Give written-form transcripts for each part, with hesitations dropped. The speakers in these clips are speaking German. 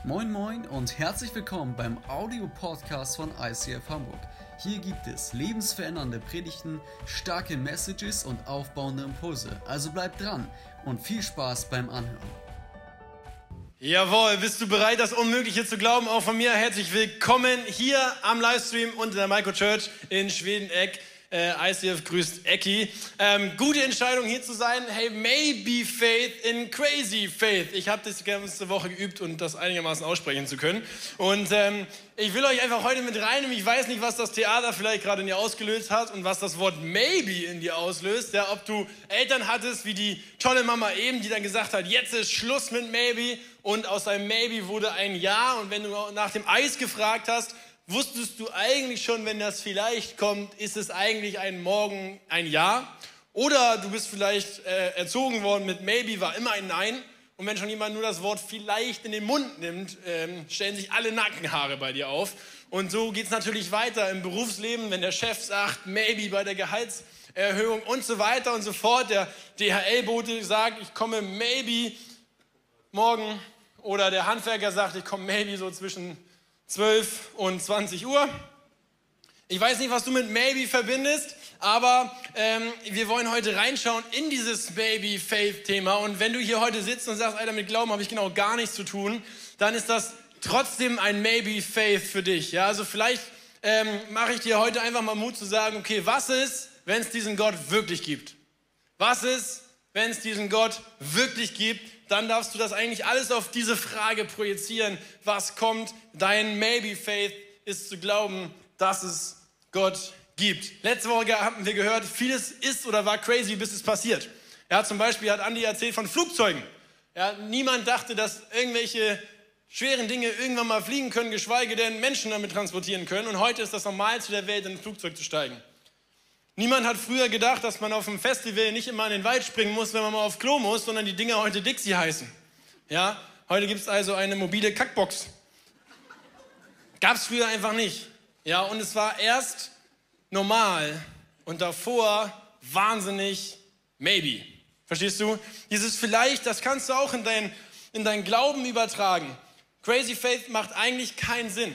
Moin Moin und herzlich willkommen beim Audio-Podcast von ICF Hamburg. Hier gibt es lebensverändernde Predigten, starke Messages und aufbauende Impulse. Also bleibt dran und viel Spaß beim Anhören. Jawohl, bist du bereit, das Unmögliche zu glauben? Auch von mir herzlich willkommen hier am Livestream und in der Micro Church in Schwedeneck. ICF grüßt Ecki. Gute Entscheidung hier zu sein. Hey, maybe faith in crazy faith. Ich habe das ganze Woche geübt und das einigermaßen aussprechen zu können. Und ich will euch einfach heute mit reinnehmen. Ich weiß nicht, was das Theater vielleicht gerade in dir ausgelöst hat und was das Wort maybe in dir auslöst. Ja, ob du Eltern hattest, wie die tolle Mama eben, die dann gesagt hat, jetzt ist Schluss mit maybe. Und aus einem maybe wurde ein Ja. Und wenn du nach dem Eis gefragt hast, wusstest du eigentlich schon, wenn das vielleicht kommt, ist es eigentlich ein Morgen ein Ja? Oder du bist vielleicht erzogen worden mit maybe war immer ein Nein. Und wenn schon jemand nur das Wort vielleicht in den Mund nimmt, stellen sich alle Nackenhaare bei dir auf. Und so geht es natürlich weiter im Berufsleben, wenn der Chef sagt, maybe bei der Gehaltserhöhung und so weiter und so fort. Der DHL-Bote sagt, ich komme maybe morgen. Oder der Handwerker sagt, ich komme maybe so zwischen 12 und 20 Uhr. Ich weiß nicht, was du mit maybe verbindest, aber wir wollen heute reinschauen in dieses Baby-Faith-Thema. Und wenn du hier heute sitzt und sagst, Alter, mit Glauben habe ich genau gar nichts zu tun, dann ist das trotzdem ein Maybe-Faith für dich. Ja, also vielleicht mache ich dir heute einfach mal Mut zu sagen, okay, was ist, wenn es diesen Gott wirklich gibt? Was ist, wenn es diesen Gott wirklich gibt? Dann darfst du das eigentlich alles auf diese Frage projizieren. Was kommt? Dein Maybe-Faith ist zu glauben, dass es Gott gibt. Letzte Woche haben wir gehört, vieles ist oder war crazy, bis es passiert. Ja, zum Beispiel hat Andi erzählt von Flugzeugen. Ja, niemand dachte, dass irgendwelche schweren Dinge irgendwann mal fliegen können, geschweige denn Menschen damit transportieren können. Und heute ist das Normalste der Welt, in ein Flugzeug zu steigen. Niemand hat früher gedacht, dass man auf einem Festival nicht immer in den Wald springen muss, wenn man mal auf Klo muss, sondern die Dinger heute Dixie heißen. Ja, heute gibt es also eine mobile Kackbox. Gab es früher einfach nicht. Ja, und es war erst normal und davor wahnsinnig maybe. Verstehst du? Dieses vielleicht, das kannst du auch in deinen Glauben übertragen. Crazy Faith macht eigentlich keinen Sinn.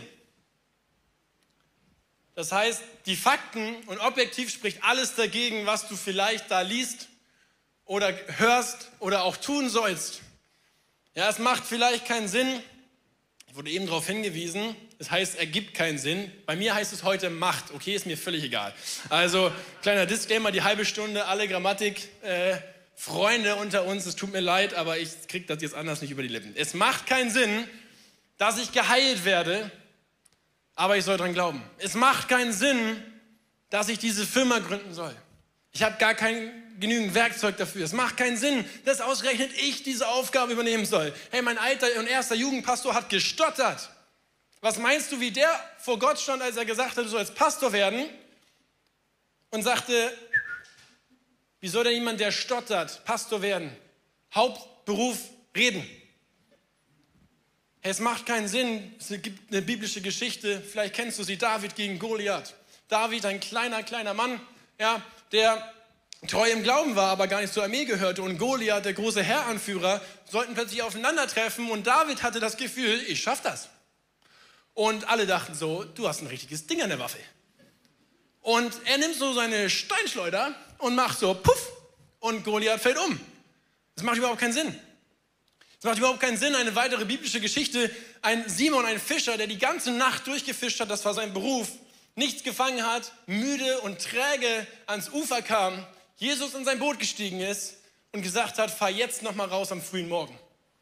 Das heißt, die Fakten und objektiv spricht alles dagegen, was du vielleicht da liest oder hörst oder auch tun sollst. Ja, es macht vielleicht keinen Sinn. Ich wurde eben darauf hingewiesen, es heißt, ergibt keinen Sinn. Bei mir heißt es heute macht. Okay, ist mir völlig egal. Also, kleiner Disclaimer, die halbe Stunde, alle Grammatik-Freunde unter uns, es tut mir leid, aber ich kriege das jetzt anders nicht über die Lippen. Es macht keinen Sinn, dass ich geheilt werde, aber ich soll dran glauben. Es macht keinen Sinn, dass ich diese Firma gründen soll. Ich habe gar kein genügend Werkzeug dafür. Es macht keinen Sinn, dass ausgerechnet ich diese Aufgabe übernehmen soll. Hey, mein alter und erster Jugendpastor hat gestottert. Was meinst du, wie der vor Gott stand, als er gesagt hat, du sollst Pastor werden? Und sagte, wie soll denn jemand, der stottert, Pastor werden? Hauptberuf, reden. Es macht keinen Sinn, es gibt eine biblische Geschichte, vielleicht kennst du sie, David gegen Goliath. David, ein kleiner Mann, ja, der treu im Glauben war, aber gar nicht zur Armee gehörte. Und Goliath, der große Heeranführer, sollten plötzlich aufeinandertreffen und David hatte das Gefühl, ich schaff das. Und alle dachten so, du hast ein richtiges Ding an der Waffe. Und er nimmt so seine Steinschleuder und macht so puff und Goliath fällt um. Das macht überhaupt keinen Sinn. Es macht überhaupt keinen Sinn, eine weitere biblische Geschichte, ein Simon, ein Fischer, der die ganze Nacht durchgefischt hat, das war sein Beruf, nichts gefangen hat, müde und träge ans Ufer kam, Jesus in sein Boot gestiegen ist und gesagt hat, fahr jetzt noch mal raus am frühen Morgen.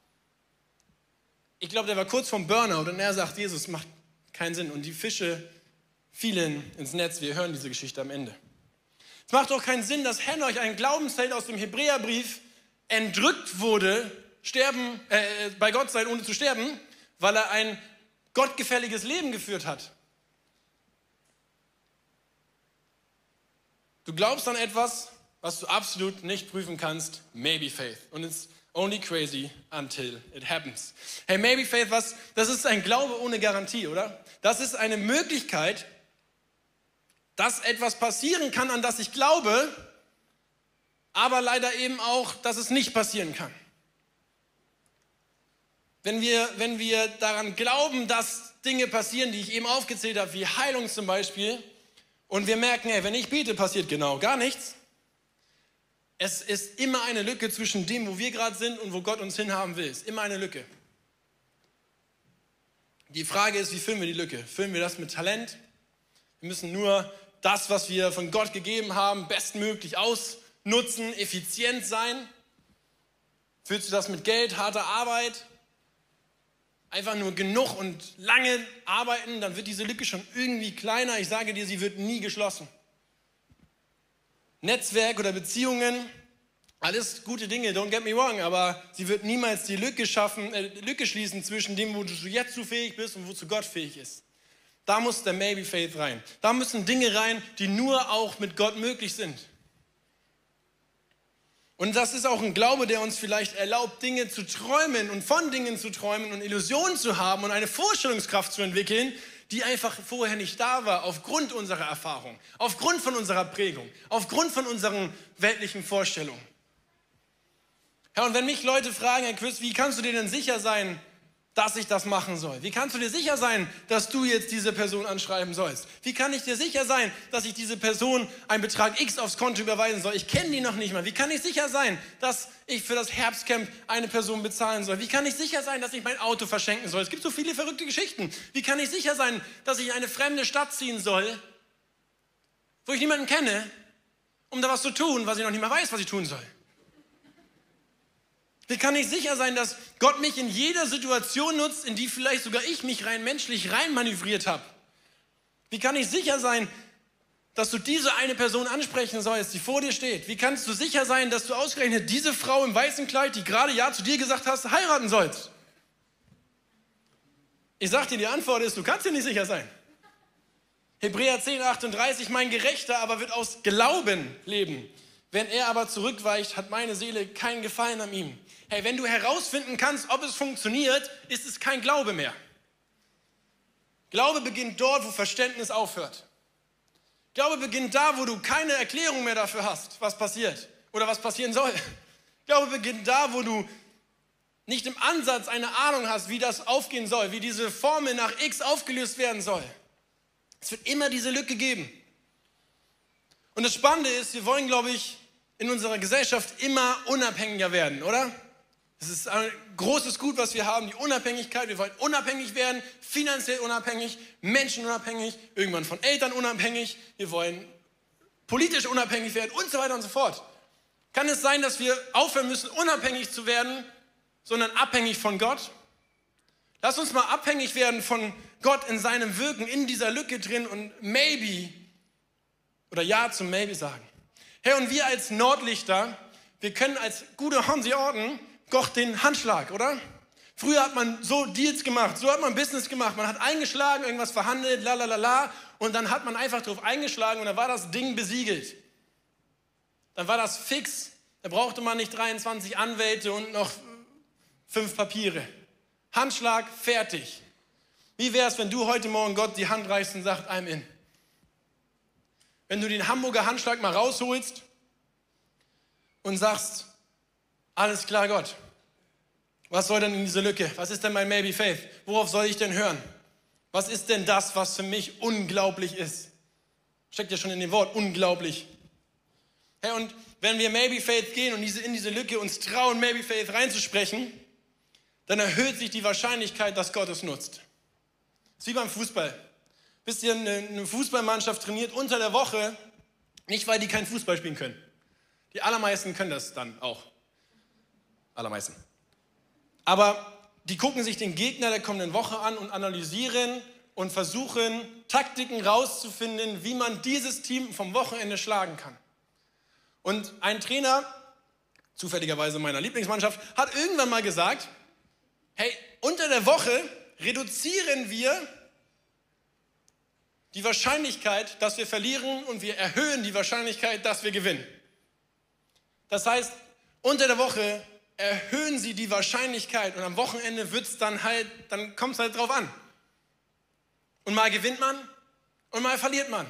Ich glaube, der war kurz vorm Burnout und er sagt, Jesus, macht keinen Sinn. Und die Fische fielen ins Netz, wir hören diese Geschichte am Ende. Es macht auch keinen Sinn, dass Henoch, ein Glaubensheld aus dem Hebräerbrief, entrückt wurde, bei Gott sein, ohne zu sterben, weil er ein gottgefälliges Leben geführt hat. Du glaubst an etwas, was du absolut nicht prüfen kannst, maybe faith. Und it's only crazy until it happens. Hey, maybe faith, das ist ein Glaube ohne Garantie, oder? Das ist eine Möglichkeit, dass etwas passieren kann, an das ich glaube, aber leider eben auch, dass es nicht passieren kann. wenn wir daran glauben, dass Dinge passieren, die ich eben aufgezählt habe, wie Heilung zum Beispiel, und wir merken, wenn ich bete, passiert genau gar nichts. Es ist immer eine Lücke zwischen dem, wo wir gerade sind und wo Gott uns hinhaben will. Es ist immer eine Lücke. Die Frage ist, wie füllen wir die Lücke? Füllen wir das mit Talent? Wir müssen nur das, was wir von Gott gegeben haben, bestmöglich ausnutzen, effizient sein. Füllst du das mit Geld, harter Arbeit? Einfach nur genug und lange arbeiten, dann wird diese Lücke schon irgendwie kleiner. Ich sage dir, sie wird nie geschlossen. Netzwerk oder Beziehungen, alles gute Dinge, don't get me wrong, aber sie wird niemals die Lücke schließen zwischen dem, wo du jetzt zu fähig bist und wozu Gott fähig ist. Da muss der Maybe Faith rein. Da müssen Dinge rein, die nur auch mit Gott möglich sind. Und das ist auch ein Glaube, der uns vielleicht erlaubt, Dinge zu träumen und von Dingen zu träumen und Illusionen zu haben und eine Vorstellungskraft zu entwickeln, die einfach vorher nicht da war, aufgrund unserer Erfahrung, aufgrund von unserer Prägung, aufgrund von unseren weltlichen Vorstellungen. Ja, und wenn mich Leute fragen, Herr Chris, wie kannst du dir denn sicher sein, dass ich das machen soll? Wie kannst du dir sicher sein, dass du jetzt diese Person anschreiben sollst? Wie kann ich dir sicher sein, dass ich diese Person einen Betrag X aufs Konto überweisen soll? Ich kenne die noch nicht mal. Wie kann ich sicher sein, dass ich für das Herbstcamp eine Person bezahlen soll? Wie kann ich sicher sein, dass ich mein Auto verschenken soll? Es gibt so viele verrückte Geschichten. Wie kann ich sicher sein, dass ich in eine fremde Stadt ziehen soll, wo ich niemanden kenne, um da was zu tun, was ich noch nicht mal weiß, was ich tun soll? Wie kann ich sicher sein, dass Gott mich in jeder Situation nutzt, in die vielleicht sogar ich mich rein menschlich reinmanövriert habe? Wie kann ich sicher sein, dass du diese eine Person ansprechen sollst, die vor dir steht? Wie kannst du sicher sein, dass du ausgerechnet diese Frau im weißen Kleid, die gerade Ja zu dir gesagt hast, heiraten sollst? Ich sag dir, die Antwort ist, du kannst dir nicht sicher sein. Hebräer 10,38, mein Gerechter aber wird aus Glauben leben. Wenn er aber zurückweicht, hat meine Seele keinen Gefallen an ihm. Hey, wenn du herausfinden kannst, ob es funktioniert, ist es kein Glaube mehr. Glaube beginnt dort, wo Verständnis aufhört. Glaube beginnt da, wo du keine Erklärung mehr dafür hast, was passiert oder was passieren soll. Glaube beginnt da, wo du nicht im Ansatz eine Ahnung hast, wie das aufgehen soll, wie diese Formel nach X aufgelöst werden soll. Es wird immer diese Lücke geben. Und das Spannende ist, wir wollen, glaube ich, in unserer Gesellschaft immer unabhängiger werden, oder? Das ist ein großes Gut, was wir haben, die Unabhängigkeit. Wir wollen unabhängig werden, finanziell unabhängig, menschenunabhängig, irgendwann von Eltern unabhängig. Wir wollen politisch unabhängig werden und so weiter und so fort. Kann es sein, dass wir aufhören müssen, unabhängig zu werden, sondern abhängig von Gott? Lass uns mal abhängig werden von Gott in seinem Wirken, in dieser Lücke drin und maybe oder Ja zum Maybe sagen. Hey, und wir als Nordlichter, wir können als gute Hanseaten Gott den Handschlag, oder? Früher hat man so Deals gemacht, so hat man Business gemacht. Man hat eingeschlagen, irgendwas verhandelt, und dann hat man einfach drauf eingeschlagen und dann war das Ding besiegelt. Dann war das fix. Da brauchte man nicht 23 Anwälte und noch 5 Papiere. Handschlag, fertig. Wie wäre es, wenn du heute Morgen Gott die Hand reichst und sagst, I'm in? Wenn du den Hamburger Handschlag mal rausholst und sagst, alles klar, Gott, was soll denn in diese Lücke? Was ist denn mein Maybe Faith? Worauf soll ich denn hören? Was ist denn das, was für mich unglaublich ist? Steckt ja schon in dem Wort, unglaublich. Hey, und wenn wir Maybe Faith gehen und in diese Lücke uns trauen, Maybe Faith reinzusprechen, dann erhöht sich die Wahrscheinlichkeit, dass Gott es nutzt. Das ist wie beim Fußball. Wisst ihr, eine Fußballmannschaft trainiert unter der Woche, nicht weil die kein Fußball spielen können. Die allermeisten können das dann auch. Allermeisten. Aber die gucken sich den Gegner der kommenden Woche an und analysieren und versuchen, Taktiken rauszufinden, wie man dieses Team vom Wochenende schlagen kann. Und ein Trainer, zufälligerweise meiner Lieblingsmannschaft, hat irgendwann mal gesagt, hey, unter der Woche reduzieren wir die Wahrscheinlichkeit, dass wir verlieren und wir erhöhen die Wahrscheinlichkeit, dass wir gewinnen. Das heißt, unter der Woche erhöhen sie die Wahrscheinlichkeit und am Wochenende dann kommt es halt drauf an. Und mal gewinnt man und mal verliert man.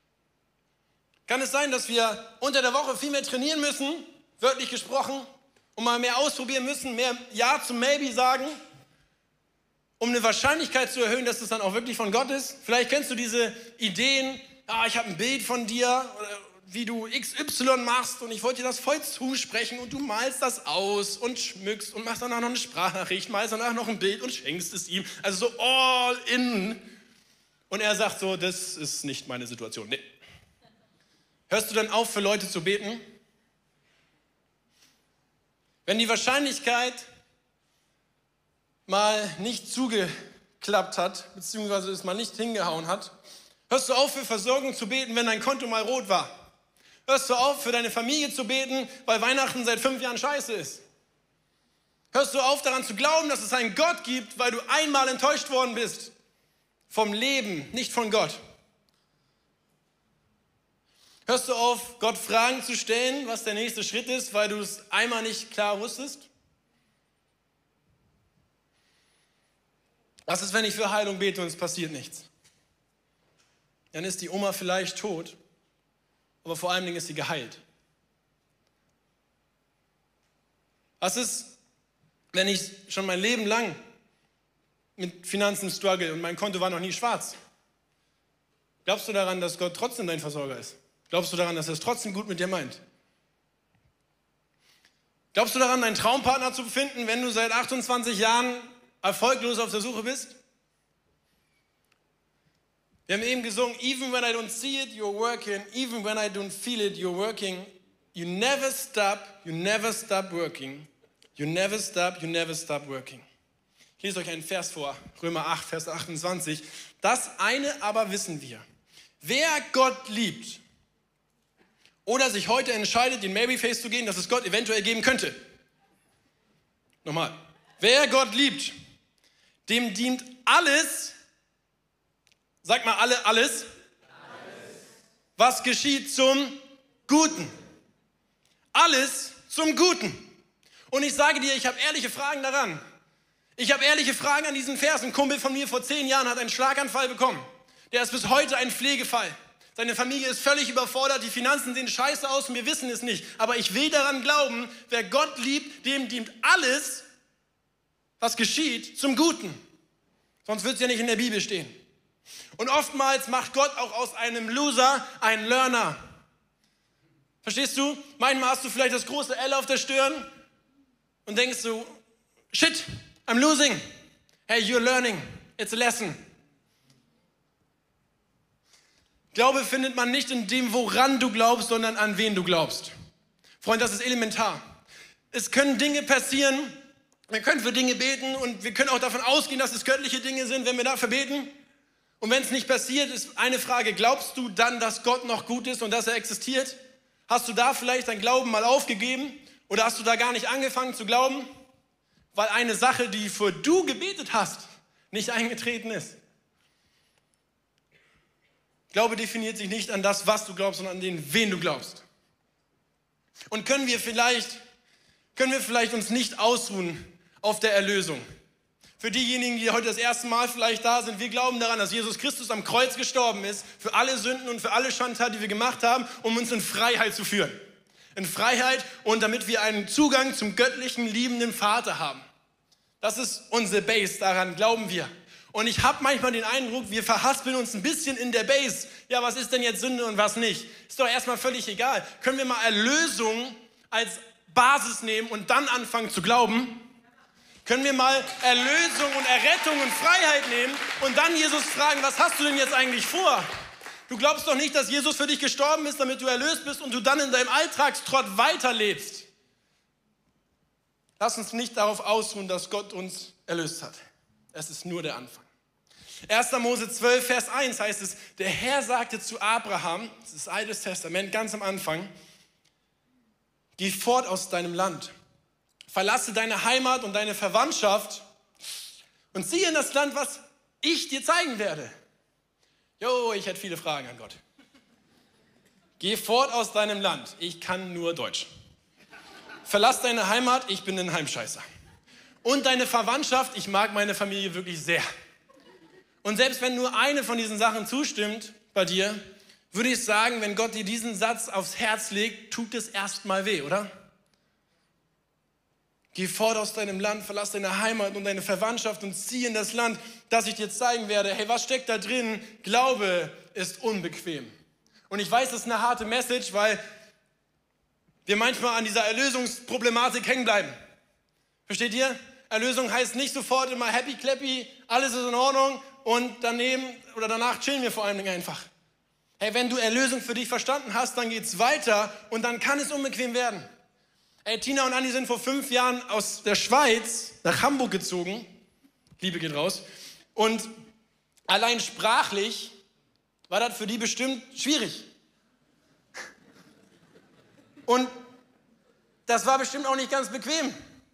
Kann es sein, dass wir unter der Woche viel mehr trainieren müssen, wörtlich gesprochen, und mal mehr ausprobieren müssen, mehr Ja zum Maybe sagen, um eine Wahrscheinlichkeit zu erhöhen, dass es dann auch wirklich von Gott ist. Vielleicht kennst du diese Ideen, ich habe ein Bild von dir, wie du XY machst und ich wollte dir das voll zusprechen und du malst das aus und schmückst und machst danach noch eine Sprachnachricht, malst danach noch ein Bild und schenkst es ihm. Also so all in. Und er sagt so, das ist nicht meine Situation. Nee. Hörst du dann auf, für Leute zu beten? Wenn die Wahrscheinlichkeit mal nicht zugeklappt hat, beziehungsweise es mal nicht hingehauen hat, hörst du auf, für Versorgung zu beten, wenn dein Konto mal rot war? Hörst du auf, für deine Familie zu beten, weil Weihnachten seit 5 Jahren scheiße ist? Hörst du auf, daran zu glauben, dass es einen Gott gibt, weil du einmal enttäuscht worden bist? Vom Leben, nicht von Gott. Hörst du auf, Gott Fragen zu stellen, was der nächste Schritt ist, weil du es einmal nicht klar wusstest? Was ist, wenn ich für Heilung bete und es passiert nichts? Dann ist die Oma vielleicht tot, aber vor allen Dingen ist sie geheilt. Was ist, wenn ich schon mein Leben lang mit Finanzen struggle und mein Konto war noch nie schwarz? Glaubst du daran, dass Gott trotzdem dein Versorger ist? Glaubst du daran, dass er es trotzdem gut mit dir meint? Glaubst du daran, einen Traumpartner zu finden, wenn du seit 28 Jahren erfolglos auf der Suche bist? Wir haben eben gesungen, even when I don't see it, you're working. Even when I don't feel it, you're working. You never stop working. You never stop working. Ich lese euch einen Vers vor, Römer 8, Vers 28. Das eine aber wissen wir. Wer Gott liebt oder sich heute entscheidet, den Maybe-Face zu gehen, dass es Gott eventuell geben könnte. Nochmal. Wer Gott liebt, dem dient alles, sag mal alles, was geschieht zum Guten. Alles zum Guten. Und ich sage dir, ich habe ehrliche Fragen daran. Ich habe ehrliche Fragen an diesen Vers. Ein Kumpel von mir vor 10 Jahren hat einen Schlaganfall bekommen. Der ist bis heute ein Pflegefall. Seine Familie ist völlig überfordert, die Finanzen sehen scheiße aus und wir wissen es nicht. Aber ich will daran glauben, wer Gott liebt, dem dient alles, was geschieht, zum Guten. Sonst wird es ja nicht in der Bibel stehen. Und oftmals macht Gott auch aus einem Loser einen Learner. Verstehst du? Manchmal hast du vielleicht das große L auf der Stirn und denkst so, shit, I'm losing. Hey, you're learning. It's a lesson. Glaube findet man nicht in dem, woran du glaubst, sondern an wen du glaubst. Freund, das ist elementar. Es können Dinge passieren, wir können für Dinge beten und wir können auch davon ausgehen, dass es göttliche Dinge sind, wenn wir dafür beten. Und wenn es nicht passiert, ist eine Frage, glaubst du dann, dass Gott noch gut ist und dass er existiert? Hast du da vielleicht dein Glauben mal aufgegeben oder hast du da gar nicht angefangen zu glauben, weil eine Sache, die für du gebetet hast, nicht eingetreten ist? Glaube definiert sich nicht an das, was du glaubst, sondern an den, wen du glaubst. Und können wir vielleicht uns nicht ausruhen auf der Erlösung? Für diejenigen, die heute das erste Mal vielleicht da sind, wir glauben daran, dass Jesus Christus am Kreuz gestorben ist, für alle Sünden und für alle Schandtaten, die wir gemacht haben, um uns in Freiheit zu führen. In Freiheit und damit wir einen Zugang zum göttlichen, liebenden Vater haben. Das ist unsere Base, daran glauben wir. Und ich habe manchmal den Eindruck, wir verhaspeln uns ein bisschen in der Base. Ja, was ist denn jetzt Sünde und was nicht? Ist doch erstmal völlig egal. Können wir mal Erlösung als Basis nehmen und dann anfangen zu glauben? Können wir mal Erlösung und Errettung und Freiheit nehmen und dann Jesus fragen, was hast du denn jetzt eigentlich vor? Du glaubst doch nicht, dass Jesus für dich gestorben ist, damit du erlöst bist und du dann in deinem Alltagstrott weiterlebst. Lass uns nicht darauf ausruhen, dass Gott uns erlöst hat. Es ist nur der Anfang. 1. Mose 12, Vers 1 heißt es, der Herr sagte zu Abraham, das ist das Alte Testament, ganz am Anfang, geh fort aus deinem Land, verlasse deine Heimat und deine Verwandtschaft und ziehe in das Land, was ich dir zeigen werde. Ich hätte viele Fragen an Gott. Geh fort aus deinem Land, ich kann nur Deutsch. Verlass deine Heimat, ich bin ein Heimscheißer. Und deine Verwandtschaft, ich mag meine Familie wirklich sehr. Und selbst wenn nur eine von diesen Sachen zustimmt bei dir, würde ich sagen, wenn Gott dir diesen Satz aufs Herz legt, tut es erstmal weh, oder? Geh fort aus deinem Land, verlass deine Heimat und deine Verwandtschaft und zieh in das Land, das ich dir zeigen werde. Hey, was steckt da drin? Glaube ist unbequem. Und ich weiß, das ist eine harte Message, weil wir manchmal an dieser Erlösungsproblematik hängen bleiben. Versteht ihr? Erlösung heißt nicht sofort immer happy clappy, alles ist in Ordnung und daneben oder danach chillen wir vor allen Dingen einfach. Hey, wenn du Erlösung für dich verstanden hast, dann geht's weiter und dann kann es unbequem werden. Hey, Tina und Andi sind vor 5 Jahren aus der Schweiz nach Hamburg gezogen. Liebe geht raus. Und allein sprachlich war das für die bestimmt schwierig. Und das war bestimmt auch nicht ganz bequem.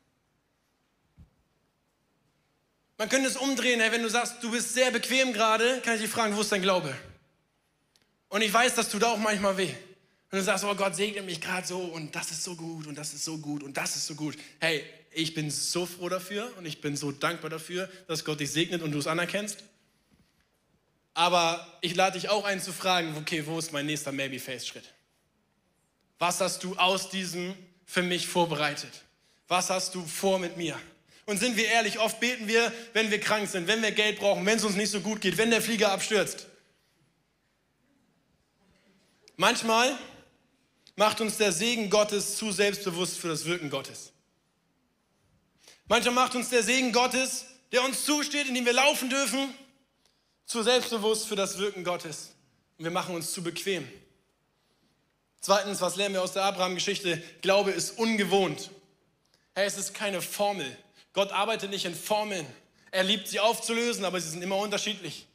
Man könnte es umdrehen, hey, wenn du sagst, du bist sehr bequem gerade, kann ich dich fragen, wo ist dein Glaube? Und ich weiß, das tut auch manchmal weh. Und du sagst, oh Gott, segne mich gerade so und das ist so gut und das ist so gut und das ist so gut. Hey, ich bin so froh dafür und ich bin so dankbar dafür, dass Gott dich segnet und du es anerkennst. Aber ich lade dich auch ein zu fragen, okay, wo ist mein nächster Maybe-Faith-Schritt? Was hast du aus diesem für mich vorbereitet? Was hast du vor mit mir? Und sind wir ehrlich, oft beten wir, wenn wir krank sind, wenn wir Geld brauchen, wenn es uns nicht so gut geht, wenn der Flieger abstürzt. Manchmal macht uns der Segen Gottes zu selbstbewusst für das Wirken Gottes. Manchmal macht uns der Segen Gottes, der uns zusteht, in dem wir laufen dürfen, zu selbstbewusst für das Wirken Gottes. Und wir machen uns zu bequem. Zweitens, was lernen wir aus der Abraham-Geschichte? Glaube ist ungewohnt. Hey, es ist keine Formel. Gott arbeitet nicht in Formeln. Er liebt sie aufzulösen, aber sie sind immer unterschiedlich.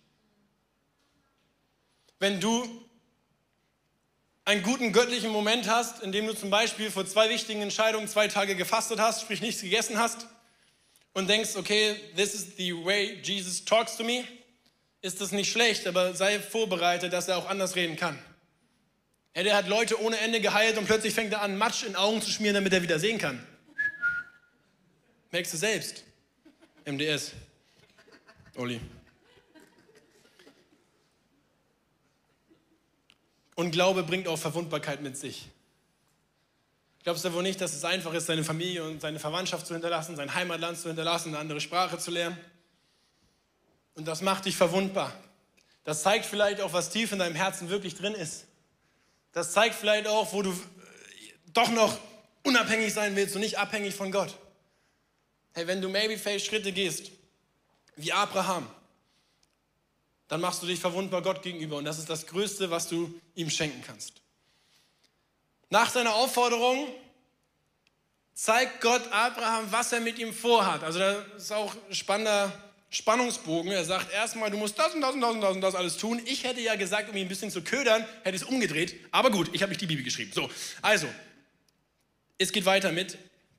Wenn du einen guten göttlichen Moment hast, in dem du zum Beispiel vor 2 wichtigen Entscheidungen 2 Tage gefastet hast, sprich nichts gegessen hast und denkst, okay, this is the way Jesus talks to me, ist das nicht schlecht, aber sei vorbereitet, dass er auch anders reden kann. Ja, der hat Leute ohne Ende geheilt und plötzlich fängt er an, Matsch in Augen zu schmieren, damit er wieder sehen kann. Merkst du selbst. MDS. Oli. Und Glaube bringt auch Verwundbarkeit mit sich. Glaubst du wohl nicht, dass es einfach ist, seine Familie und seine Verwandtschaft zu hinterlassen, sein Heimatland zu hinterlassen, eine andere Sprache zu lernen? Und das macht dich verwundbar. Das zeigt vielleicht auch, was tief in deinem Herzen wirklich drin ist. Das zeigt vielleicht auch, wo du doch noch unabhängig sein willst und nicht abhängig von Gott. Hey, wenn du Maybe-Faith-Schritte gehst, wie Abraham, dann machst du dich verwundbar Gott gegenüber. Und das ist das Größte, was du ihm schenken kannst. Nach seiner Aufforderung zeigt Gott Abraham, was er mit ihm vorhat. Also das ist auch ein spannender Spannungsbogen. Er sagt erstmal, du musst das und das und das und das und das alles tun. Ich hätte ja gesagt, um ihn ein bisschen zu ködern, hätte ich es umgedreht. Aber gut, ich habe nicht die Bibel geschrieben. So, also, es geht weiter mit,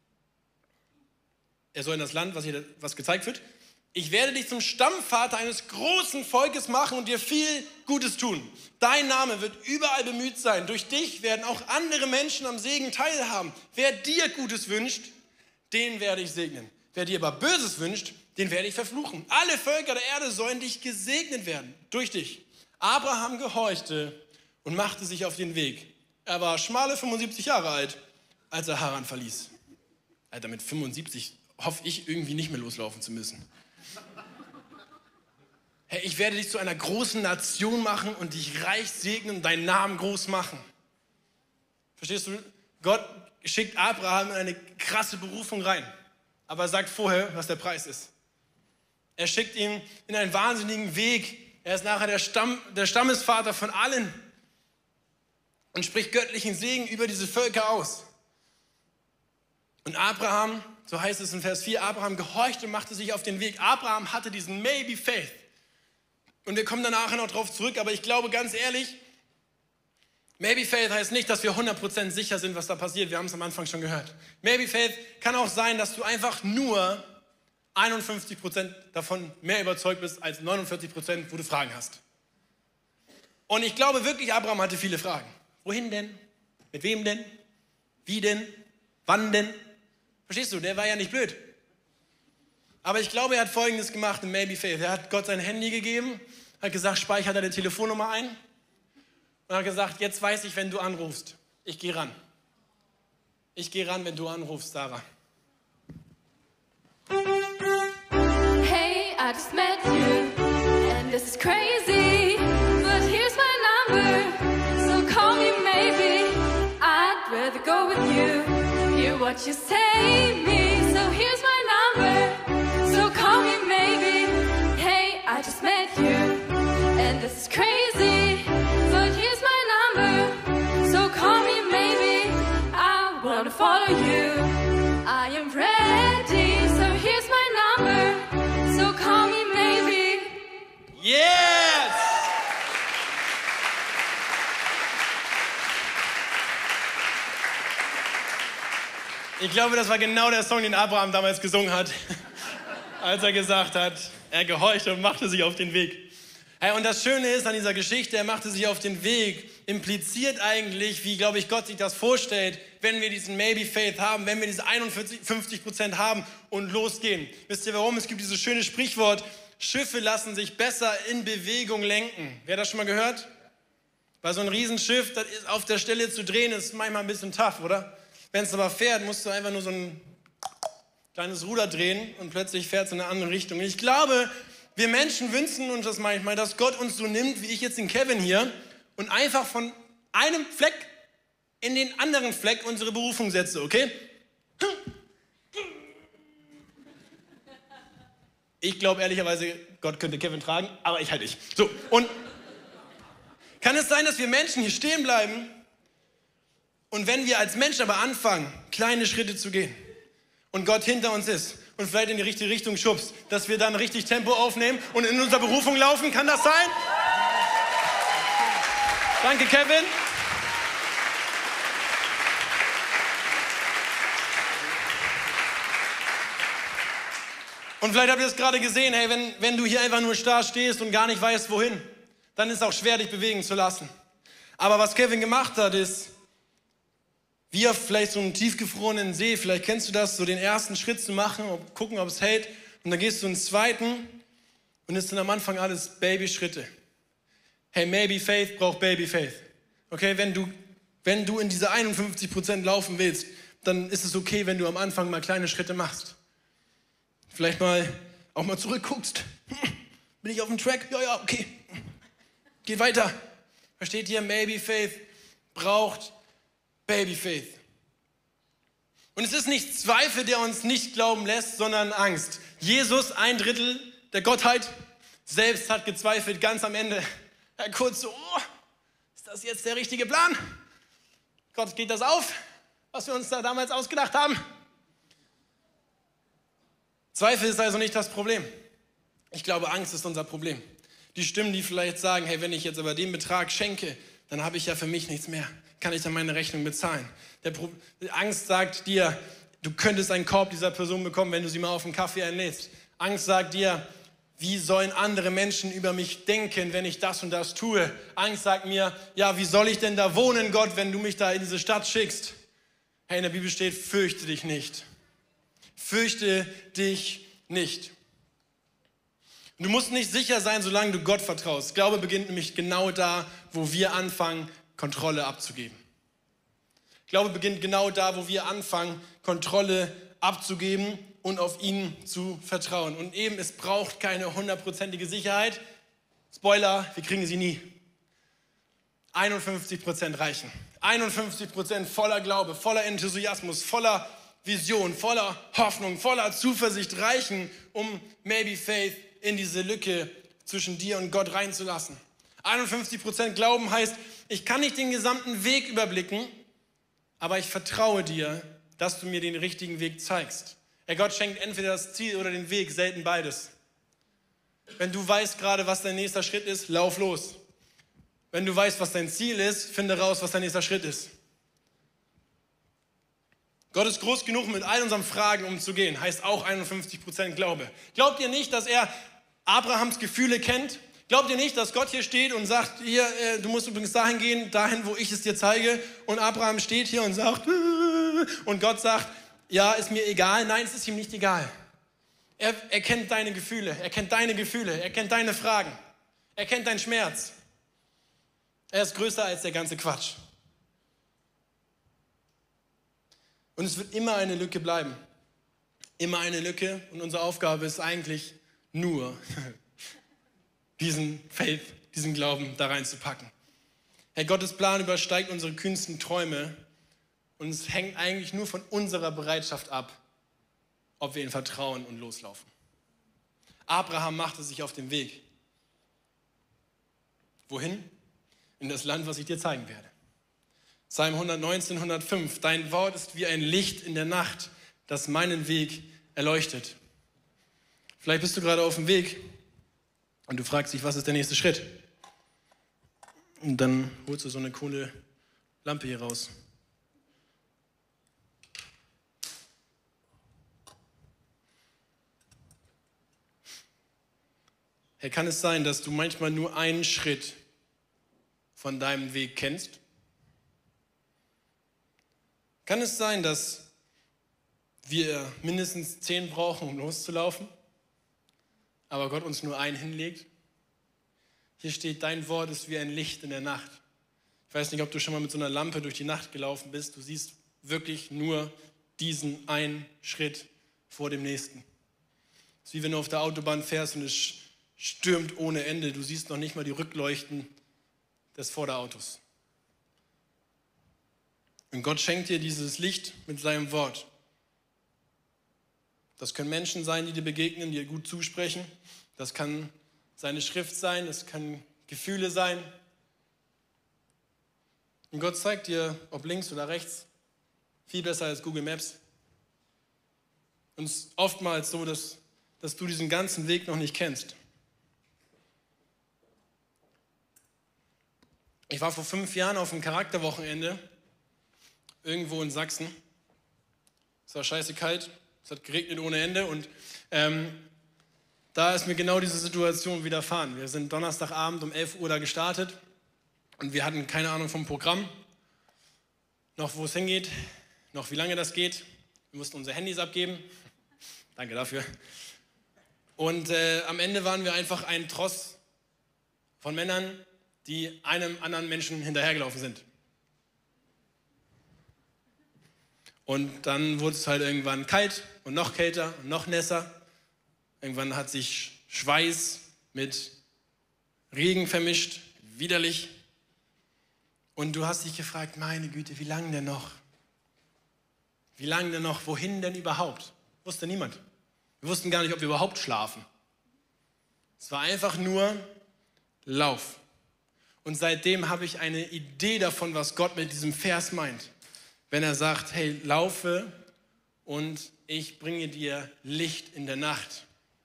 er soll in das Land, was gezeigt wird. Ich werde dich zum Stammvater eines großen Volkes machen und dir viel Gutes tun. Dein Name wird überall bemüht sein. Durch dich werden auch andere Menschen am Segen teilhaben. Wer dir Gutes wünscht, den werde ich segnen. Wer dir aber Böses wünscht, den werde ich verfluchen. Alle Völker der Erde sollen dich gesegnet werden, durch dich. Abraham gehorchte und machte sich auf den Weg. Er war schmale 75 Jahre alt, als er Haran verließ. Alter, mit 75 hoffe ich irgendwie nicht mehr loslaufen zu müssen. Hey, ich werde dich zu einer großen Nation machen und dich reich segnen und deinen Namen groß machen. Verstehst du? Gott schickt Abraham in eine krasse Berufung rein, aber er sagt vorher, was der Preis ist. Er schickt ihn in einen wahnsinnigen Weg. Er ist nachher der Stammesvater von allen und spricht göttlichen Segen über diese Völker aus. Und Abraham, so heißt es in Vers 4, Abraham gehorchte und machte sich auf den Weg. Abraham hatte diesen Maybe Faith. Und wir kommen danach noch drauf zurück, aber ich glaube ganz ehrlich, Maybe Faith heißt nicht, dass wir 100% sicher sind, was da passiert. Wir haben es am Anfang schon gehört. Maybe Faith kann auch sein, dass du einfach nur 51% davon mehr überzeugt bist als 49%, wo du Fragen hast. Und ich glaube wirklich, Abraham hatte viele Fragen. Wohin denn? Mit wem denn? Wie denn? Wann denn? Verstehst du, der war ja nicht blöd. Aber ich glaube, er hat Folgendes gemacht in Maybe Faith. Er hat Gott sein Handy gegeben, hat gesagt, speicher deine Telefonnummer ein und hat gesagt, jetzt weiß ich, wenn du anrufst. Ich gehe ran. Ich gehe ran, wenn du anrufst, Sarah. I just met you, and this is crazy, but here's my number, so call me maybe. I'd rather go with you, hear what you say me, so here's my number, so call me maybe. Hey, I just met you, and this is crazy, but here's my number, so call me maybe. I wanna follow you, I am ready, so here's my number, so call me maybe. Yes! Ich glaube, das war genau der Song, den Abraham damals gesungen hat, als er gesagt hat, er gehorchte und machte sich auf den Weg. Hey, und das Schöne ist an dieser Geschichte, er machte sich auf den Weg, impliziert eigentlich, wie, glaube ich, Gott sich das vorstellt, wenn wir diesen Maybe Faith haben, wenn wir diese 51% haben und losgehen. Wisst ihr warum? Es gibt dieses schöne Sprichwort, Schiffe lassen sich besser in Bewegung lenken. Wer hat das schon mal gehört? Bei so einem Riesenschiff, das ist auf der Stelle zu drehen, ist manchmal ein bisschen tough, oder? Wenn es aber fährt, musst du einfach nur so ein kleines Ruder drehen und plötzlich fährt es in eine andere Richtung. Und ich glaube, wir Menschen wünschen uns das manchmal, dass Gott uns so nimmt, wie ich jetzt den Kevin hier, und einfach von einem Fleck in den anderen Fleck unsere Berufung setze, okay? Ich glaube ehrlicherweise, Gott könnte Kevin tragen, aber ich halt nicht. So, und kann es sein, dass wir Menschen hier stehen bleiben und wenn wir als Menschen aber anfangen, kleine Schritte zu gehen und Gott hinter uns ist und vielleicht in die richtige Richtung schubst, dass wir dann richtig Tempo aufnehmen und in unserer Berufung laufen, kann das sein? Danke, Kevin. Und vielleicht habt ihr es gerade gesehen, hey, wenn du hier einfach nur starr stehst und gar nicht weißt, wohin, dann ist es auch schwer, dich bewegen zu lassen. Aber was Kevin gemacht hat, ist, wie auf vielleicht so einen tiefgefrorenen See, vielleicht kennst du das, so den ersten Schritt zu machen, gucken, ob es hält. Und dann gehst du in den zweiten und es sind am Anfang alles Babyschritte. Hey, Maybe Faith braucht Baby Faith. Okay, wenn du in diese 51% laufen willst, dann ist es okay, wenn du am Anfang mal kleine Schritte machst. Vielleicht auch mal zurückguckst. Bin ich auf dem Track? Ja, okay. Geht weiter. Versteht ihr? Maybe Faith braucht Baby Faith. Und es ist nicht Zweifel, der uns nicht glauben lässt, sondern Angst. Jesus, 1/3 der Gottheit, selbst hat gezweifelt, ganz am Ende. Kurz so, ist das jetzt der richtige Plan? Gott, geht das auf, was wir uns da damals ausgedacht haben? Zweifel ist also nicht das Problem. Ich glaube, Angst ist unser Problem. Die Stimmen, die vielleicht sagen, hey, wenn ich jetzt aber den Betrag schenke, dann habe ich ja für mich nichts mehr. Kann ich dann meine Rechnung bezahlen? Die Angst sagt dir, du könntest einen Korb dieser Person bekommen, wenn du sie mal auf einen Kaffee einlädst. Angst sagt dir, wie sollen andere Menschen über mich denken, wenn ich das und das tue? Angst sagt mir, ja, wie soll ich denn da wohnen, Gott, wenn du mich da in diese Stadt schickst? Hey, in der Bibel steht, fürchte dich nicht. Fürchte dich nicht. Du musst nicht sicher sein, solange du Gott vertraust. Glaube beginnt nämlich genau da, wo wir anfangen, Kontrolle abzugeben. Glaube beginnt genau da, wo wir anfangen, Kontrolle abzugeben und auf ihn zu vertrauen. Und eben, es braucht keine 100%ige Sicherheit. Spoiler, wir kriegen sie nie. 51% reichen. 51% voller Glaube, voller Enthusiasmus, voller Vision, voller Hoffnung, voller Zuversicht reichen, um Maybe Faith in diese Lücke zwischen dir und Gott reinzulassen. 51% Glauben heißt, ich kann nicht den gesamten Weg überblicken, aber ich vertraue dir, dass du mir den richtigen Weg zeigst. Ja, Gott schenkt entweder das Ziel oder den Weg, selten beides. Wenn du weißt gerade, was dein nächster Schritt ist, lauf los. Wenn du weißt, was dein Ziel ist, finde raus, was dein nächster Schritt ist. Gott ist groß genug, mit all unseren Fragen umzugehen, heißt auch 51% Glaube. Glaubt ihr nicht, dass er Abrahams Gefühle kennt? Glaubt ihr nicht, dass Gott hier steht und sagt, hier, du musst übrigens dahin gehen, dahin, wo ich es dir zeige? Und Abraham steht hier und sagt, und Gott sagt, ja, ist mir egal. Nein, es ist ihm nicht egal. Er kennt deine Gefühle, er kennt deine Fragen, er kennt deinen Schmerz. Er ist größer als der ganze Quatsch. Und es wird immer eine Lücke bleiben. Immer eine Lücke. Und unsere Aufgabe ist eigentlich, nur diesen Faith, diesen Glauben da reinzupacken. Herr, Gottes Plan übersteigt unsere kühnsten Träume und es hängt eigentlich nur von unserer Bereitschaft ab, ob wir ihm vertrauen und loslaufen. Abraham machte sich auf den Weg. Wohin? In das Land, was ich dir zeigen werde. Psalm 119, 105. Dein Wort ist wie ein Licht in der Nacht, das meinen Weg erleuchtet. Vielleicht bist du gerade auf dem Weg und du fragst dich, was ist der nächste Schritt? Und dann holst du so eine coole Lampe hier raus. Hey, kann es sein, dass du manchmal nur einen Schritt von deinem Weg kennst? Kann es sein, dass wir mindestens 10 brauchen, um loszulaufen, aber Gott uns nur einen hinlegt? Hier steht, dein Wort ist wie ein Licht in der Nacht. Ich weiß nicht, ob du schon mal mit so einer Lampe durch die Nacht gelaufen bist. Du siehst wirklich nur diesen einen Schritt vor dem nächsten. Es ist wie wenn du auf der Autobahn fährst und es stürmt ohne Ende. Du siehst noch nicht mal die Rückleuchten des Vorderautos. Und Gott schenkt dir dieses Licht mit seinem Wort. Das können Menschen sein, die dir begegnen, die dir gut zusprechen. Das kann seine Schrift sein, das kann Gefühle sein. Und Gott zeigt dir, ob links oder rechts, viel besser als Google Maps. Und es ist oftmals so, dass du diesen ganzen Weg noch nicht kennst. Ich war vor 5 Jahren auf einem Charakterwochenende irgendwo in Sachsen. Es war scheiße kalt, es hat geregnet ohne Ende und da ist mir genau diese Situation widerfahren. Wir sind Donnerstagabend um 11 Uhr da gestartet und wir hatten keine Ahnung vom Programm, noch wo es hingeht, noch wie lange das geht. Wir mussten unsere Handys abgeben. Danke dafür. Und am Ende waren wir einfach ein Tross von Männern, die einem anderen Menschen hinterhergelaufen sind. Und dann wurde es halt irgendwann kalt und noch kälter und noch nässer. Irgendwann hat sich Schweiß mit Regen vermischt, widerlich. Und du hast dich gefragt, meine Güte, wie lange denn noch? Wie lange denn noch? Wohin denn überhaupt? Wusste niemand. Wir wussten gar nicht, ob wir überhaupt schlafen. Es war einfach nur Lauf. Und seitdem habe ich eine Idee davon, was Gott mit diesem Vers meint. Wenn er sagt, hey, laufe und ich bringe dir Licht in der Nacht.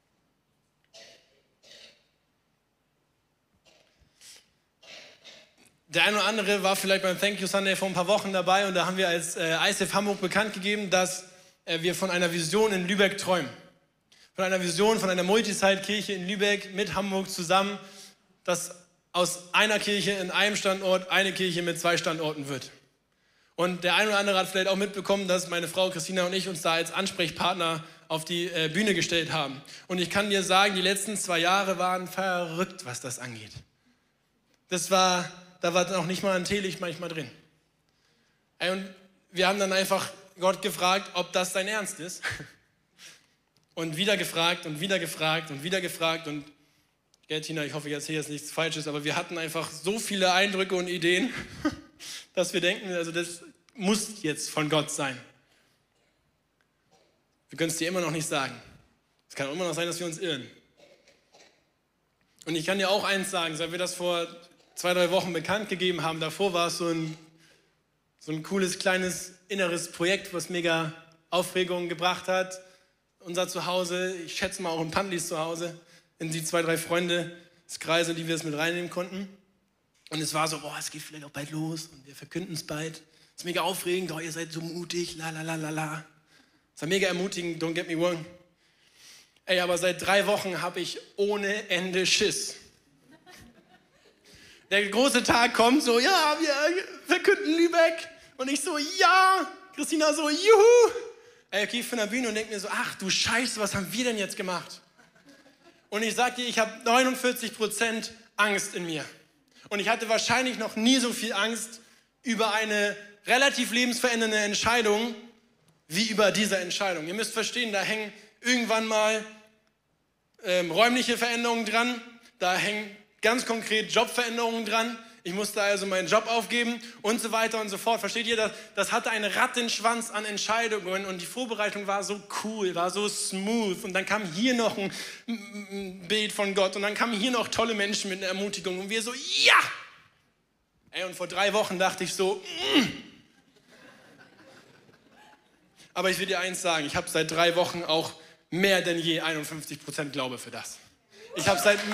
Der eine oder andere war vielleicht beim Thank You Sunday vor ein paar Wochen dabei und da haben wir als ICF Hamburg bekannt gegeben, dass wir von einer Vision in Lübeck träumen. Von einer Vision, von einer Multisite-Kirche in Lübeck mit Hamburg zusammen, dass aus einer Kirche in einem Standort eine Kirche mit 2 Standorten wird. Und der eine oder andere hat vielleicht auch mitbekommen, dass meine Frau Christina und ich uns da als Ansprechpartner auf die Bühne gestellt haben. Und ich kann dir sagen, die letzten 2 Jahre waren verrückt, was das angeht. Da war noch nicht mal ein Teelicht manchmal drin. Und wir haben dann einfach Gott gefragt, ob das dein Ernst ist. Und wieder gefragt und wieder gefragt und wieder gefragt. Und Tina, ich hoffe, ich erzähle jetzt nichts Falsches, aber wir hatten einfach so viele Eindrücke und Ideen, dass wir denken, also das muss jetzt von Gott sein. Wir können es dir immer noch nicht sagen. Es kann immer noch sein, dass wir uns irren. Und ich kann dir auch eins sagen, seit wir das vor 2-3 Wochen bekannt gegeben haben, davor war es so ein cooles, kleines, inneres Projekt, was mega Aufregung gebracht hat. Unser Zuhause, ich schätze mal auch in Pandlis Zuhause, in die 2-3 Freundeskreise, die wir es mit reinnehmen konnten. Und es war so, es geht vielleicht auch bald los und wir verkünden es bald. Es ist mega aufregend, ihr seid so mutig, la la la la la. Es war mega ermutigend, don't get me wrong. Ey, aber seit 3 Wochen habe ich ohne Ende Schiss. Der große Tag kommt so, ja, wir verkünden Lübeck. Und ich so, ja. Christina so, juhu. Ey, okay, von der Bühne und denke mir so, ach du Scheiße, was haben wir denn jetzt gemacht? Und ich sag dir, ich habe 49% Angst in mir. Und ich hatte wahrscheinlich noch nie so viel Angst über eine relativ lebensverändernde Entscheidung wie über diese Entscheidung. Ihr müsst verstehen, da hängen irgendwann mal räumliche Veränderungen dran, da hängen ganz konkret Jobveränderungen dran. Ich musste also meinen Job aufgeben und so weiter und so fort. Versteht ihr, das hatte einen Rattenschwanz an Entscheidungen und die Vorbereitung war so cool, war so smooth. Und dann kam hier noch ein Bild von Gott und dann kamen hier noch tolle Menschen mit einer Ermutigung und wir so, ja! Ey, und vor 3 Wochen dachte ich so, Aber ich will dir eins sagen, ich habe seit 3 Wochen auch mehr denn je 51% Glaube für das. Ich habe seit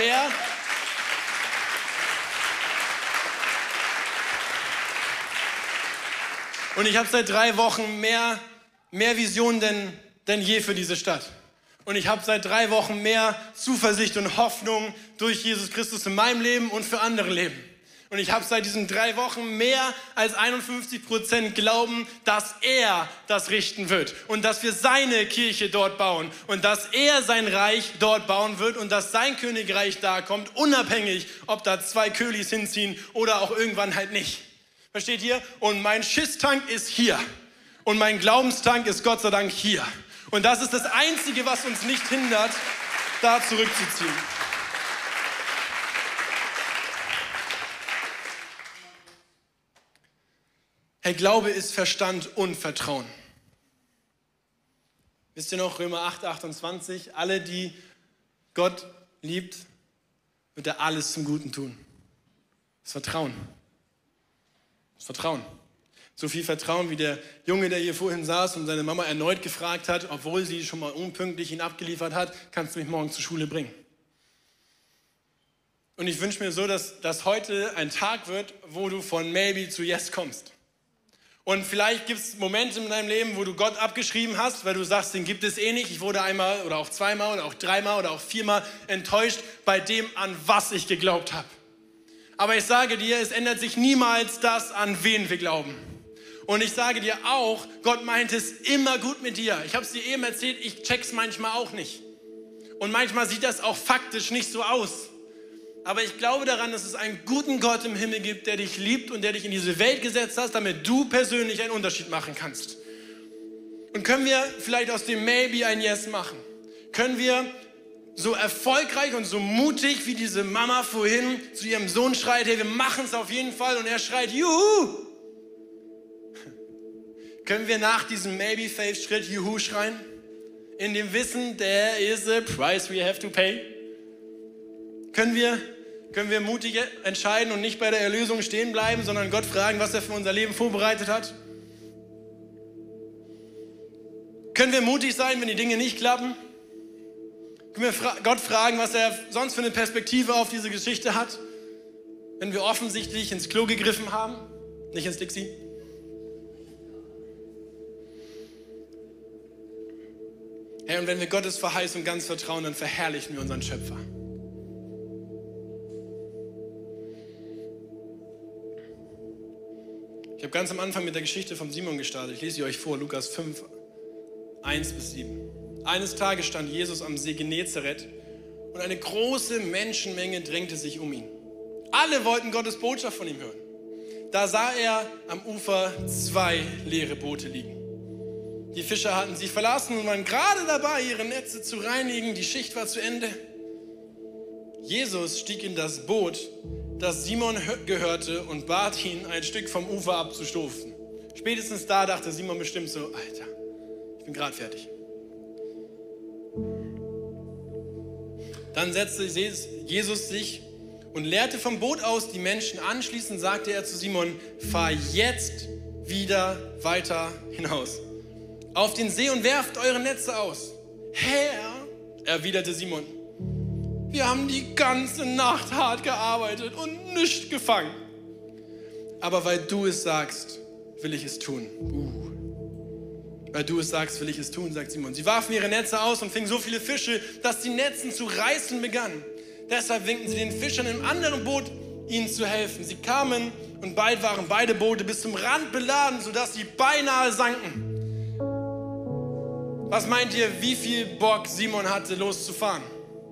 Und ich habe seit 3 Wochen mehr Vision denn je für diese Stadt. Und ich habe seit 3 Wochen mehr Zuversicht und Hoffnung durch Jesus Christus in meinem Leben und für andere Leben. Und ich habe seit diesen 3 Wochen mehr als 51% Glauben, dass er das richten wird. Und dass wir seine Kirche dort bauen. Und dass er sein Reich dort bauen wird. Und dass sein Königreich da kommt, unabhängig, ob da 2 Kölis hinziehen oder auch irgendwann halt nicht. Versteht ihr? Und mein Schisstank ist hier. Und mein Glaubenstank ist Gott sei Dank hier. Und das ist das Einzige, was uns nicht hindert, da zurückzuziehen. Hey, Glaube ist Verstand und Vertrauen. Wisst ihr noch, Römer 8, 28? Alle, die Gott liebt, wird er alles zum Guten tun. Das Vertrauen. Das Vertrauen. So viel Vertrauen wie der Junge, der hier vorhin saß und seine Mama erneut gefragt hat, obwohl sie schon mal unpünktlich ihn abgeliefert hat, kannst du mich morgen zur Schule bringen? Und ich wünsche mir so, dass heute ein Tag wird, wo du von Maybe zu Yes kommst. Und vielleicht gibt es Momente in deinem Leben, wo du Gott abgeschrieben hast, weil du sagst, den gibt es eh nicht. Ich wurde einmal oder auch 2-mal oder auch 3-mal oder auch 4-mal enttäuscht bei dem, an was ich geglaubt habe. Aber ich sage dir, es ändert sich niemals das, an wen wir glauben. Und ich sage dir auch, Gott meint es immer gut mit dir. Ich habe es dir eben erzählt, ich check's manchmal auch nicht. Und manchmal sieht das auch faktisch nicht so aus. Aber ich glaube daran, dass es einen guten Gott im Himmel gibt, der dich liebt und der dich in diese Welt gesetzt hat, damit du persönlich einen Unterschied machen kannst. Und können wir vielleicht aus dem Maybe ein Yes machen? Können wir so erfolgreich und so mutig, wie diese Mama vorhin zu ihrem Sohn schreit, hey, wir machen es auf jeden Fall, und er schreit, Juhu! Können wir nach diesem Maybe-Faith-Schritt Juhu schreien? In dem Wissen, there is a price we have to pay? Können wir mutig entscheiden und nicht bei der Erlösung stehen bleiben, sondern Gott fragen, was er für unser Leben vorbereitet hat? Können wir mutig sein, wenn die Dinge nicht klappen? Können wir Gott fragen, was er sonst für eine Perspektive auf diese Geschichte hat, wenn wir offensichtlich ins Klo gegriffen haben, nicht ins Dixie? Hey, und wenn wir Gottes Verheißung ganz vertrauen, dann verherrlichen wir unseren Schöpfer. Ich habe ganz am Anfang mit der Geschichte von Simon gestartet. Ich lese sie euch vor, Lukas 5, 1-7. Eines Tages stand Jesus am See Genezareth und eine große Menschenmenge drängte sich um ihn. Alle wollten Gottes Botschaft von ihm hören. Da sah er am Ufer 2 leere Boote liegen. Die Fischer hatten sie verlassen und waren gerade dabei, ihre Netze zu reinigen. Die Schicht war zu Ende. Jesus stieg in das Boot, das Simon gehörte, und bat ihn, ein Stück vom Ufer abzustoßen. Spätestens da dachte Simon bestimmt so, Alter, ich bin gerade fertig. Dann setzte Jesus sich und lehrte vom Boot aus die Menschen. Anschließend sagte er zu Simon, fahr jetzt wieder weiter hinaus auf den See und werft eure Netze aus. Herr, erwiderte Simon, wir haben die ganze Nacht hart gearbeitet und nichts gefangen. Aber weil du es sagst, will ich es tun. Weil du es sagst, will ich es tun, sagt Simon. Sie warfen ihre Netze aus und fingen so viele Fische, dass die Netzen zu reißen begannen. Deshalb winkten sie den Fischern im anderen Boot, ihnen zu helfen. Sie kamen und bald waren beide Boote bis zum Rand beladen, sodass sie beinahe sanken. Was meint ihr, wie viel Bock Simon hatte, loszufahren?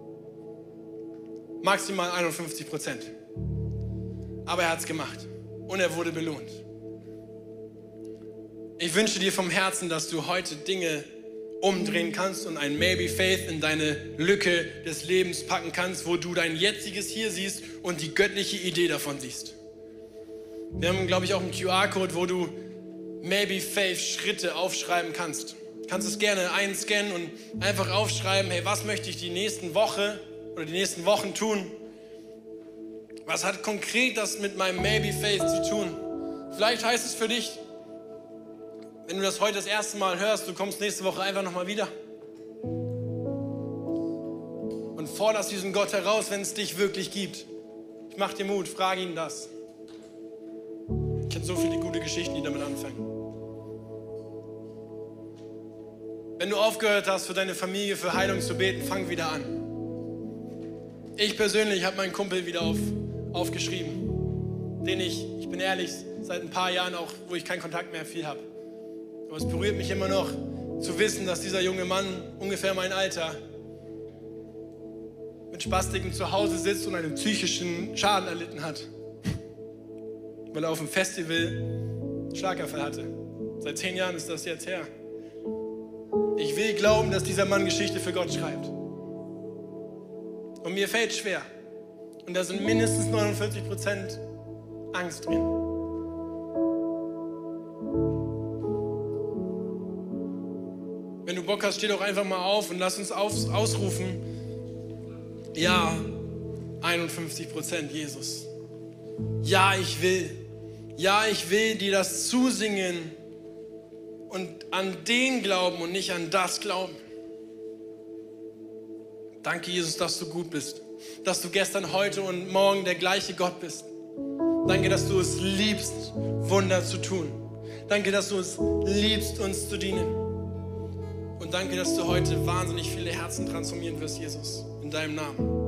Maximal 51%. Aber er hat es gemacht und er wurde belohnt. Ich wünsche dir vom Herzen, dass du heute Dinge umdrehen kannst und ein Maybe Faith in deine Lücke des Lebens packen kannst, wo du dein jetziges Hier siehst und die göttliche Idee davon siehst. Wir haben, glaube ich, auch einen QR-Code, wo du Maybe Faith Schritte aufschreiben kannst. Du kannst es gerne einscannen und einfach aufschreiben, hey, was möchte ich die nächsten Woche oder die nächsten Wochen tun? Was hat konkret das mit meinem Maybe Faith zu tun? Vielleicht heißt es für dich, wenn du das heute das erste Mal hörst, du kommst nächste Woche einfach nochmal wieder und forderst diesen Gott heraus, wenn es dich wirklich gibt. Ich mach dir Mut, frage ihn das. Ich kenne so viele gute Geschichten, die damit anfangen. Wenn du aufgehört hast, für deine Familie, für Heilung zu beten, fang wieder an. Ich persönlich habe meinen Kumpel wieder aufgeschrieben, den ich bin ehrlich, seit ein paar Jahren auch, wo ich keinen Kontakt mehr viel habe. Aber es berührt mich immer noch, zu wissen, dass dieser junge Mann, ungefähr mein Alter, mit Spastiken zu Hause sitzt und einen psychischen Schaden erlitten hat, weil er auf dem Festival einen Schlaganfall hatte. Seit 10 Jahren ist das jetzt her. Ich will glauben, dass dieser Mann Geschichte für Gott schreibt. Und mir fällt schwer. Und da sind mindestens 49% Angst drin. Wenn du Bock hast, steh doch einfach mal auf und lass uns ausrufen. Ja, 51% Jesus. Ja, ich will. Ja, ich will dir das zusingen und an den glauben und nicht an das glauben. Danke, Jesus, dass du gut bist. Dass du gestern, heute und morgen der gleiche Gott bist. Danke, dass du es liebst, Wunder zu tun. Danke, dass du es liebst, uns zu dienen. Und danke, dass du heute wahnsinnig viele Herzen transformieren wirst, Jesus, in deinem Namen.